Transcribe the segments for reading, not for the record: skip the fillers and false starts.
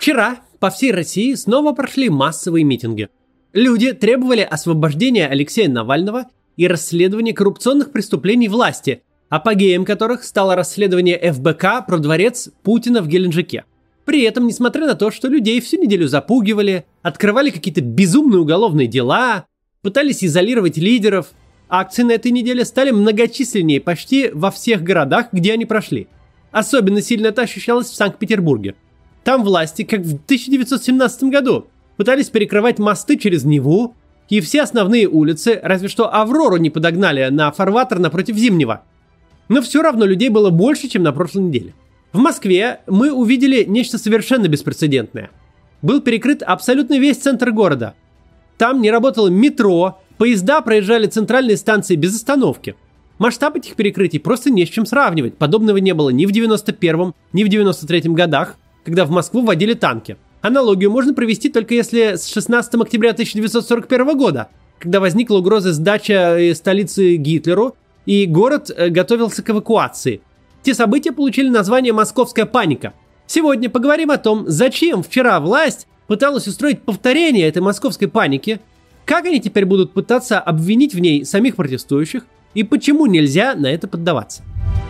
Вчера по всей России снова прошли массовые митинги. Люди требовали освобождения Алексея Навального и расследования коррупционных преступлений власти, апогеем которых стало расследование ФБК про дворец Путина в Геленджике. При этом, несмотря на то, что людей всю неделю запугивали, открывали какие-то безумные уголовные дела, пытались изолировать лидеров, акции на этой неделе стали многочисленнее почти во всех городах, где они прошли. Особенно сильно это ощущалось в Санкт-Петербурге. Там власти, как в 1917 году, пытались перекрывать мосты через Неву и все основные улицы, разве что Аврору не подогнали на фарватер напротив Зимнего. Но все равно людей было больше, чем на прошлой неделе. В Москве мы увидели нечто совершенно беспрецедентное. Был перекрыт абсолютно весь центр города. Там не работало метро, поезда проезжали центральные станции без остановки. Масштаб этих перекрытий просто не с чем сравнивать. Подобного не было ни в 91-м, ни в 93-м годах, когда в Москву вводили танки. Аналогию можно провести только если с 16 октября 1941 года, когда возникла угроза сдачи столицы Гитлеру, и город готовился к эвакуации. Те события получили название «Московская паника». Сегодня поговорим о том, зачем вчера власть пыталась устроить повторение этой московской паники, как они теперь будут пытаться обвинить в ней самих протестующих и почему нельзя на это поддаваться.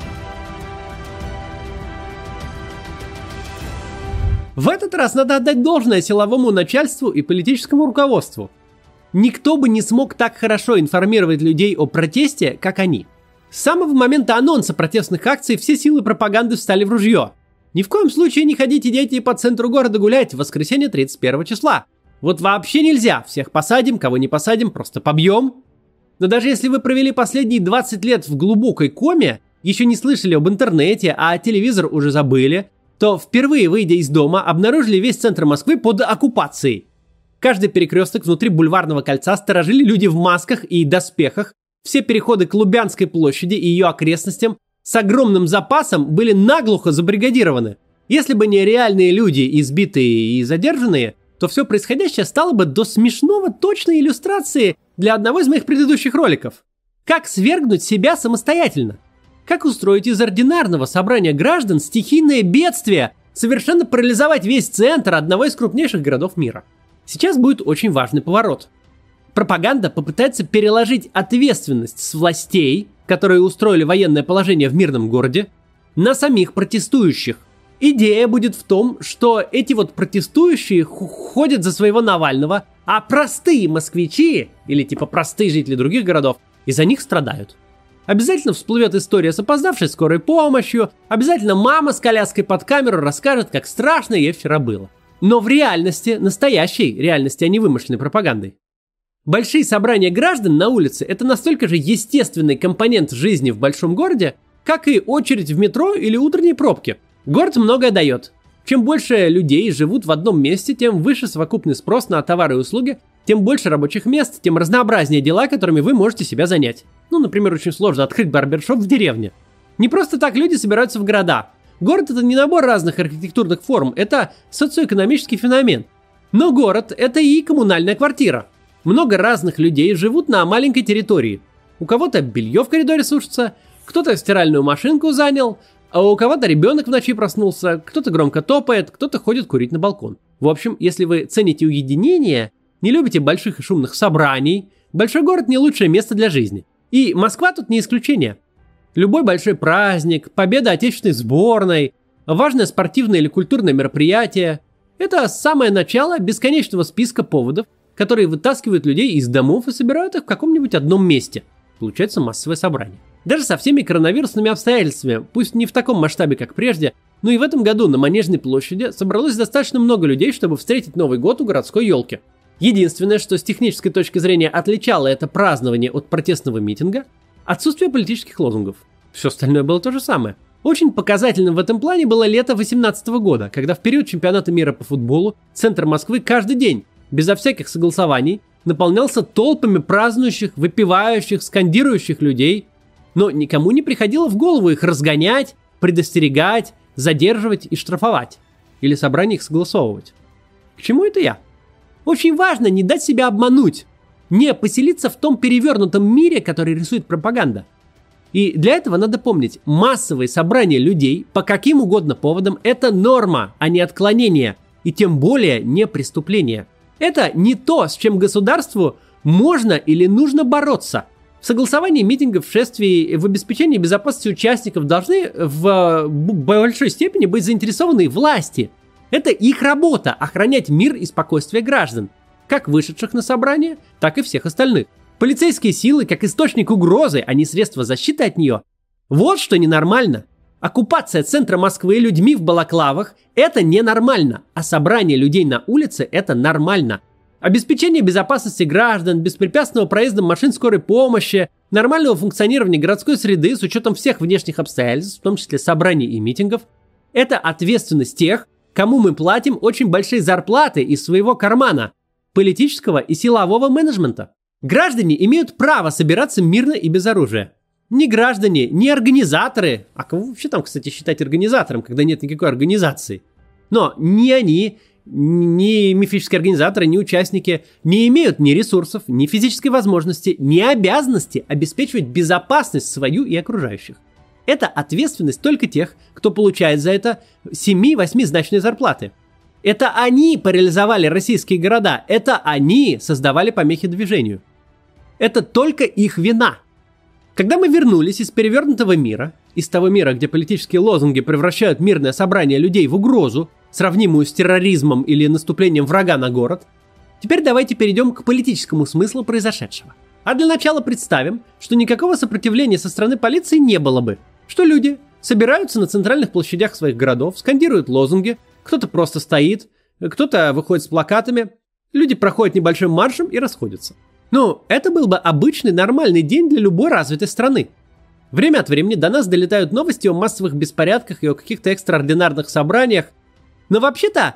В этот раз надо отдать должное силовому начальству и политическому руководству. Никто бы не смог так хорошо информировать людей о протесте, как они. С самого момента анонса протестных акций все силы пропаганды встали в ружье. Ни в коем случае не ходите, дети, по центру города гулять в воскресенье 31 числа. Вот вообще нельзя, всех посадим, кого не посадим, просто побьем. Но даже если вы провели последние 20 лет в глубокой коме, еще не слышали об интернете, а телевизор уже забыли, то впервые, выйдя из дома, обнаружили весь центр Москвы под оккупацией. Каждый перекресток внутри Бульварного кольца сторожили люди в масках и доспехах. Все переходы к Лубянской площади и ее окрестностям с огромным запасом были наглухо забригадированы. Если бы не реальные люди, избитые и задержанные, то все происходящее стало бы до смешного точной иллюстрацией для одного из моих предыдущих роликов. Как свергнуть себя самостоятельно? Как устроить из ординарного собрания граждан стихийное бедствие, совершенно парализовать весь центр одного из крупнейших городов мира? Сейчас будет очень важный поворот. Пропаганда попытается переложить ответственность с властей, которые устроили военное положение в мирном городе, на самих протестующих. Идея будет в том, что эти вот протестующие ходят за своего Навального, а простые москвичи, или типа простые жители других городов, из-за них страдают. Обязательно всплывет история с опоздавшей скорой помощью, обязательно мама с коляской под камеру расскажет, как страшно ей вчера было. Но в реальности, настоящей реальности, а не вымышленной пропагандой. Большие собрания граждан на улице – это настолько же естественный компонент жизни в большом городе, как и очередь в метро или утренние пробки. Город многое дает. Чем больше людей живут в одном месте, тем выше совокупный спрос на товары и услуги, тем больше рабочих мест, тем разнообразнее дела, которыми вы можете себя занять. Ну, например, очень сложно открыть барбершоп в деревне. Не просто так люди собираются в города. Город – это не набор разных архитектурных форм, это социоэкономический феномен. Но город – это и коммунальная квартира. Много разных людей живут на маленькой территории. У кого-то белье в коридоре сушится, кто-то стиральную машинку занял, а у кого-то ребенок в ночи проснулся, кто-то громко топает, кто-то ходит курить на балкон. В общем, если вы цените уединение, не любите больших и шумных собраний, большой город не лучшее место для жизни. И Москва тут не исключение. Любой большой праздник, победа отечественной сборной, важное спортивное или культурное мероприятие – это самое начало бесконечного списка поводов, которые вытаскивают людей из домов и собирают их в каком-нибудь одном месте. Получается массовое собрание. Даже со всеми коронавирусными обстоятельствами, пусть не в таком масштабе, как прежде, но и в этом году на Манежной площади собралось достаточно много людей, чтобы встретить Новый год у городской елки. Единственное, что с технической точки зрения отличало это празднование от протестного митинга – отсутствие политических лозунгов. Все остальное было то же самое. Очень показательным в этом плане было лето 2018 года, когда в период чемпионата мира по футболу центр Москвы каждый день, безо всяких согласований, наполнялся толпами празднующих, выпивающих, скандирующих людей, но никому не приходило в голову их разгонять, предостерегать, задерживать и штрафовать, или собрание их согласовывать. К чему это я? Очень важно не дать себя обмануть, не поселиться в том перевернутом мире, который рисует пропаганда. И для этого надо помнить, массовые собрания людей по каким угодно поводам – это норма, а не отклонение. и тем более не преступление. Это не то, с чем государству можно или нужно бороться. В согласовании митингов, шествий, в обеспечении безопасности участников должны в большой степени быть заинтересованы власти. Это их работа – охранять мир и спокойствие граждан, как вышедших на собрание, так и всех остальных. Полицейские силы как источник угрозы, а не средство защиты от нее. Вот что ненормально. Оккупация центра Москвы людьми в балаклавах – это ненормально, а собрание людей на улице – это нормально. Обеспечение безопасности граждан, беспрепятственного проезда машин скорой помощи, нормального функционирования городской среды с учетом всех внешних обстоятельств, в том числе собраний и митингов – это ответственность тех, кому мы платим очень большие зарплаты из своего кармана, политического и силового менеджмента. Граждане имеют право собираться мирно и без оружия. Ни граждане, ни организаторы, а кого вообще там, кстати, считать организатором, когда нет никакой организации, но ни они, ни мифические организаторы, ни участники не имеют ни ресурсов, ни физической возможности, ни обязанности обеспечивать безопасность свою и окружающих. Это ответственность только тех, кто получает за это 7-8-значные зарплаты. Это они парализовали российские города, это они создавали помехи движению. Это только их вина. Когда мы вернулись из перевернутого мира, из того мира, где политические лозунги превращают мирное собрание людей в угрозу, сравнимую с терроризмом или наступлением врага на город, теперь давайте перейдем к политическому смыслу произошедшего. А для начала представим, что никакого сопротивления со стороны полиции не было бы, что люди собираются на центральных площадях своих городов, скандируют лозунги, кто-то просто стоит, кто-то выходит с плакатами, люди проходят небольшим маршем и расходятся. Ну, это был бы обычный нормальный день для любой развитой страны. Время от времени до нас долетают новости о массовых беспорядках и о каких-то экстраординарных собраниях. Но вообще-то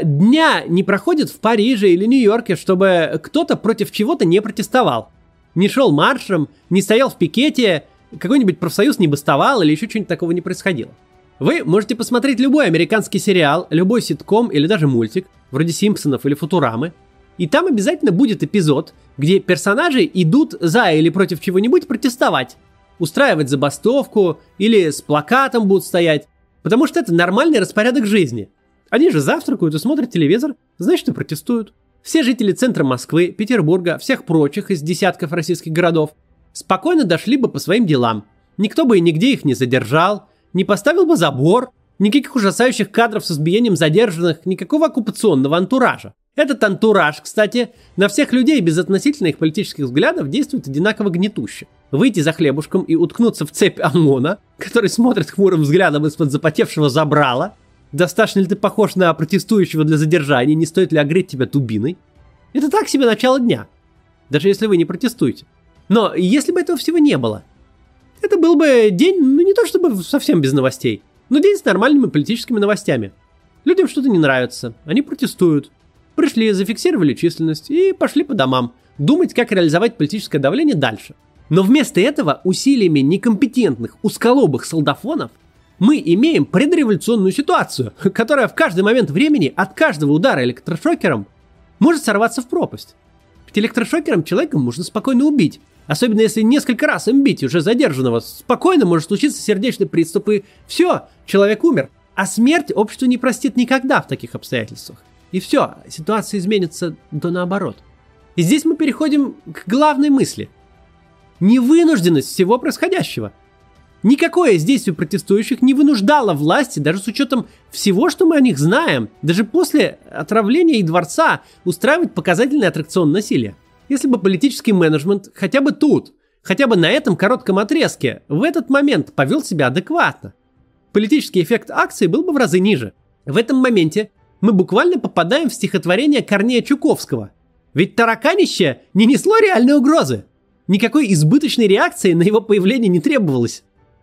дня не проходит в Париже или Нью-Йорке, чтобы кто-то против чего-то не протестовал. Не шел маршем, не стоял в пикете, какой-нибудь профсоюз не бастовал или еще что-нибудь такого не происходило. Вы можете посмотреть любой американский сериал, любой ситком или даже мультик, вроде «Симпсонов» или «Футурамы», и там обязательно будет эпизод, где персонажи идут за или против чего-нибудь протестовать, устраивать забастовку или с плакатом будут стоять, потому что это нормальный распорядок жизни. Они же завтракают и смотрят телевизор, значит и протестуют. Все жители центра Москвы, Петербурга, всех прочих из десятков российских городов спокойно дошли бы по своим делам. Никто бы и нигде их не задержал, не поставил бы забор, никаких ужасающих кадров с избиением задержанных, никакого оккупационного антуража. Этот антураж, кстати, на всех людей без относительно их политических взглядов действует одинаково гнетуще. Выйти за хлебушком и уткнуться в цепь ОМОНа, который смотрит хмурым взглядом из-под запотевшего забрала, достаточно ли ты похож на протестующего для задержания, не стоит ли огреть тебя дубиной, это так себе начало дня, даже если вы не протестуете. Но если бы этого всего не было, это был бы день, ну не то чтобы совсем без новостей, но день с нормальными политическими новостями. Людям что-то не нравится, они протестуют. Пришли, зафиксировали численность и пошли по домам, думать, как реализовать политическое давление дальше. Но вместо этого усилиями некомпетентных, узколобых солдафонов мы имеем предреволюционную ситуацию, которая в каждый момент времени от каждого удара электрошокером может сорваться в пропасть. Ведь электрошокером человека можно спокойно убить, особенно если несколько раз им бить уже задержанного. Спокойно может случиться сердечный приступ и все, человек умер. А смерть общество не простит никогда в таких обстоятельствах. И все, ситуация изменится до наоборот. И здесь мы переходим к главной мысли. Невынужденность всего происходящего. Никакое из действий протестующих не вынуждало власти, даже с учетом всего, что мы о них знаем, даже после отравления и дворца, устраивать показательный аттракцион насилия. Если бы политический менеджмент хотя бы тут, хотя бы на этом коротком отрезке, в этот момент повел себя адекватно, политический эффект акции был бы в разы ниже. В этом моменте мы буквально попадаем в стихотворение Корнея Чуковского. Ведь тараканище не несло реальной угрозы. Никакой избыточной реакции на его появление не требовалось.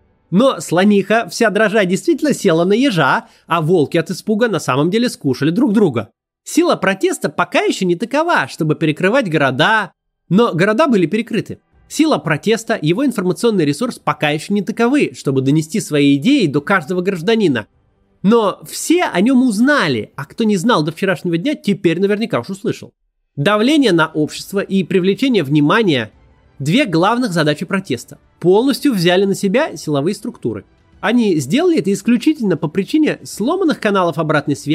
Но слониха, вся дрожа, действительно села на ежа, а волки от испуга на самом деле скушали друг друга. Сила протеста пока еще не такова, чтобы перекрывать города, но города были перекрыты. Сила протеста, его информационный ресурс пока еще не таковы, чтобы донести свои идеи до каждого гражданина. Но все о нем узнали, а кто не знал до вчерашнего дня, теперь наверняка уж услышал. Давление на общество и привлечение внимания – две главных задачи протеста. Полностью взяли на себя силовые структуры. Они сделали это исключительно по причине сломанных каналов обратной связи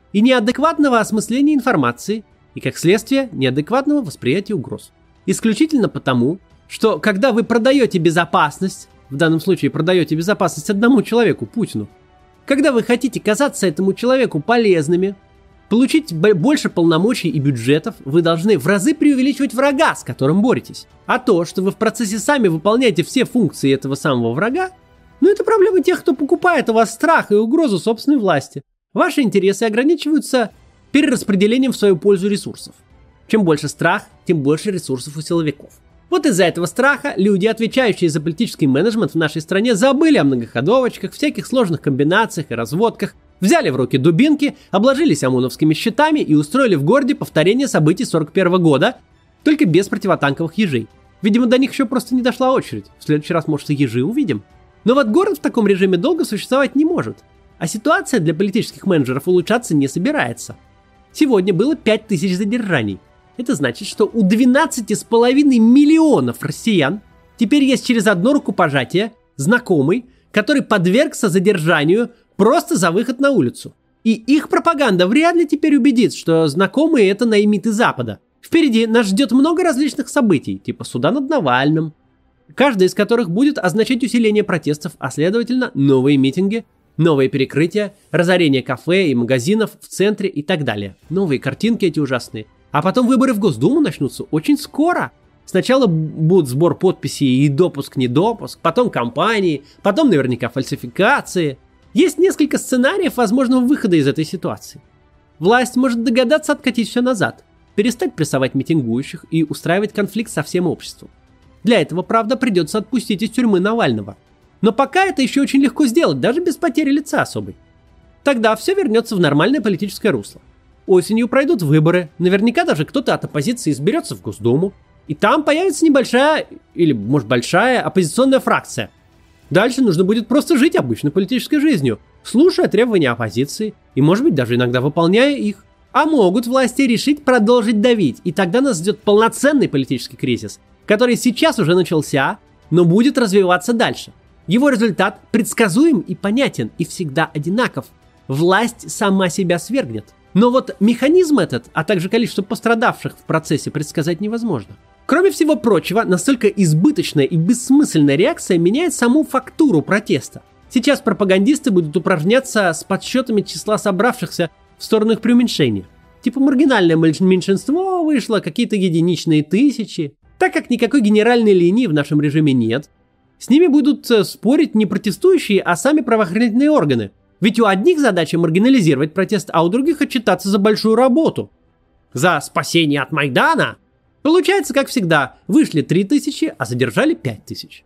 и неадекватного осмысления информации, и, как следствие, неадекватного восприятия угроз. Исключительно потому, что когда вы продаете безопасность, в данном случае продаете безопасность одному человеку, Путину, когда вы хотите казаться этому человеку полезными, получить больше полномочий и бюджетов, вы должны в разы преувеличивать врага, с которым боретесь. А то, что вы в процессе сами выполняете все функции этого самого врага, это проблема тех, кто покупает у вас страх и угрозу собственной власти. Ваши интересы ограничиваются перераспределением в свою пользу ресурсов. Чем больше страх, тем больше ресурсов у силовиков. Вот из-за этого страха люди, отвечающие за политический менеджмент в нашей стране, забыли о многоходовочках, всяких сложных комбинациях и разводках, взяли в руки дубинки, обложились ОМОНовскими щитами и устроили в городе повторение событий 1941 года, только без противотанковых ежей. Видимо, до них еще просто не дошла очередь. В следующий раз, может, и ежи увидим. Но вот город в таком режиме долго существовать не может. А ситуация для политических менеджеров улучшаться не собирается. Сегодня было 5000 задержаний. Это значит, что у 12,5 миллионов россиян теперь есть через одно рукопожатие знакомый, который подвергся задержанию просто за выход на улицу. И их пропаганда вряд ли теперь убедит, что знакомые это наймиты Запада. Впереди нас ждет много различных событий, типа суда над Навальным, каждый из которых будет означать усиление протестов, а следовательно новые митинги, новые перекрытия, разорение кафе и магазинов в центре и так далее. Новые картинки эти ужасные. А потом выборы в Госдуму начнутся очень скоро. Сначала будет сбор подписей и допуск-недопуск, потом кампании, потом наверняка фальсификации. Есть несколько сценариев возможного выхода из этой ситуации. Власть может догадаться откатить все назад, перестать прессовать митингующих и устраивать конфликт со всем обществом. Для этого, правда, придется отпустить из тюрьмы Навального. Но пока это еще очень легко сделать, даже без потери лица особой. Тогда все вернется в нормальное политическое русло. Осенью пройдут выборы, наверняка даже кто-то от оппозиции изберется в Госдуму, и там появится небольшая, или, может, большая оппозиционная фракция. Дальше нужно будет просто жить обычной политической жизнью, слушая требования оппозиции, и, может быть, даже иногда выполняя их. А могут власти решить продолжить давить, и тогда нас ждет полноценный политический кризис, который сейчас уже начался, но будет развиваться дальше. Его результат предсказуем и понятен, и всегда одинаков. Власть сама себя свергнет. Но вот механизм этот, а также количество пострадавших в процессе предсказать невозможно. Кроме всего прочего, настолько избыточная и бессмысленная реакция меняет саму фактуру протеста. Сейчас пропагандисты будут упражняться с подсчетами числа собравшихся в сторону их преуменьшения. Типа маргинальное меньшинство вышло, какие-то единичные тысячи. Так как никакой генеральной линии в нашем режиме нет, с ними будут спорить не протестующие, а сами правоохранительные органы. Ведь у одних задача маргинализировать протест, а у других отчитаться за большую работу. За спасение от Майдана. Получается, как всегда, вышли 3000, а задержали 5000.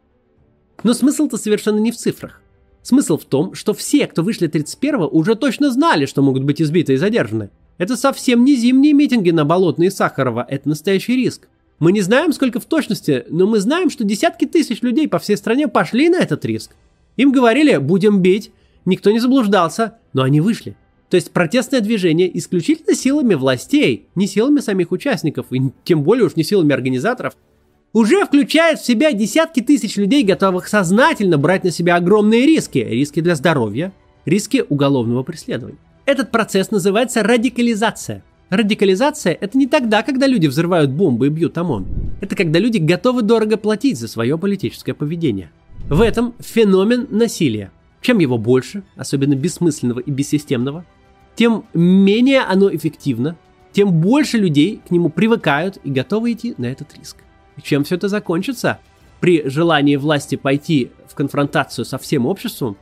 Но смысл-то совершенно не в цифрах. Смысл в том, что все, кто вышли 31-го, уже точно знали, что могут быть избиты и задержаны. Это совсем не зимние митинги на Болотной и Сахарова, это настоящий риск. Мы не знаем, сколько в точности, но мы знаем, что десятки тысяч людей по всей стране пошли на этот риск. Им говорили «будем бить», никто не заблуждался, но они вышли. То есть протестное движение исключительно силами властей, не силами самих участников, и тем более уж не силами организаторов, уже включает в себя десятки тысяч людей, готовых сознательно брать на себя огромные риски. Риски для здоровья, риски уголовного преследования. Этот процесс называется радикализация. Радикализация – это не тогда, когда люди взрывают бомбы и бьют ОМОН. Это когда люди готовы дорого платить за свое политическое поведение. В этом феномен насилия. Чем его больше, особенно бессмысленного и бессистемного, тем менее оно эффективно, тем больше людей к нему привыкают и готовы идти на этот риск. И чем все это закончится? При желании власти пойти в конфронтацию со всем обществом,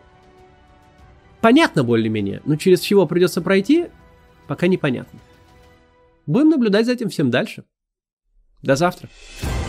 понятно более-менее, но через чего придется пройти, пока непонятно. Будем наблюдать за этим всем дальше. До завтра.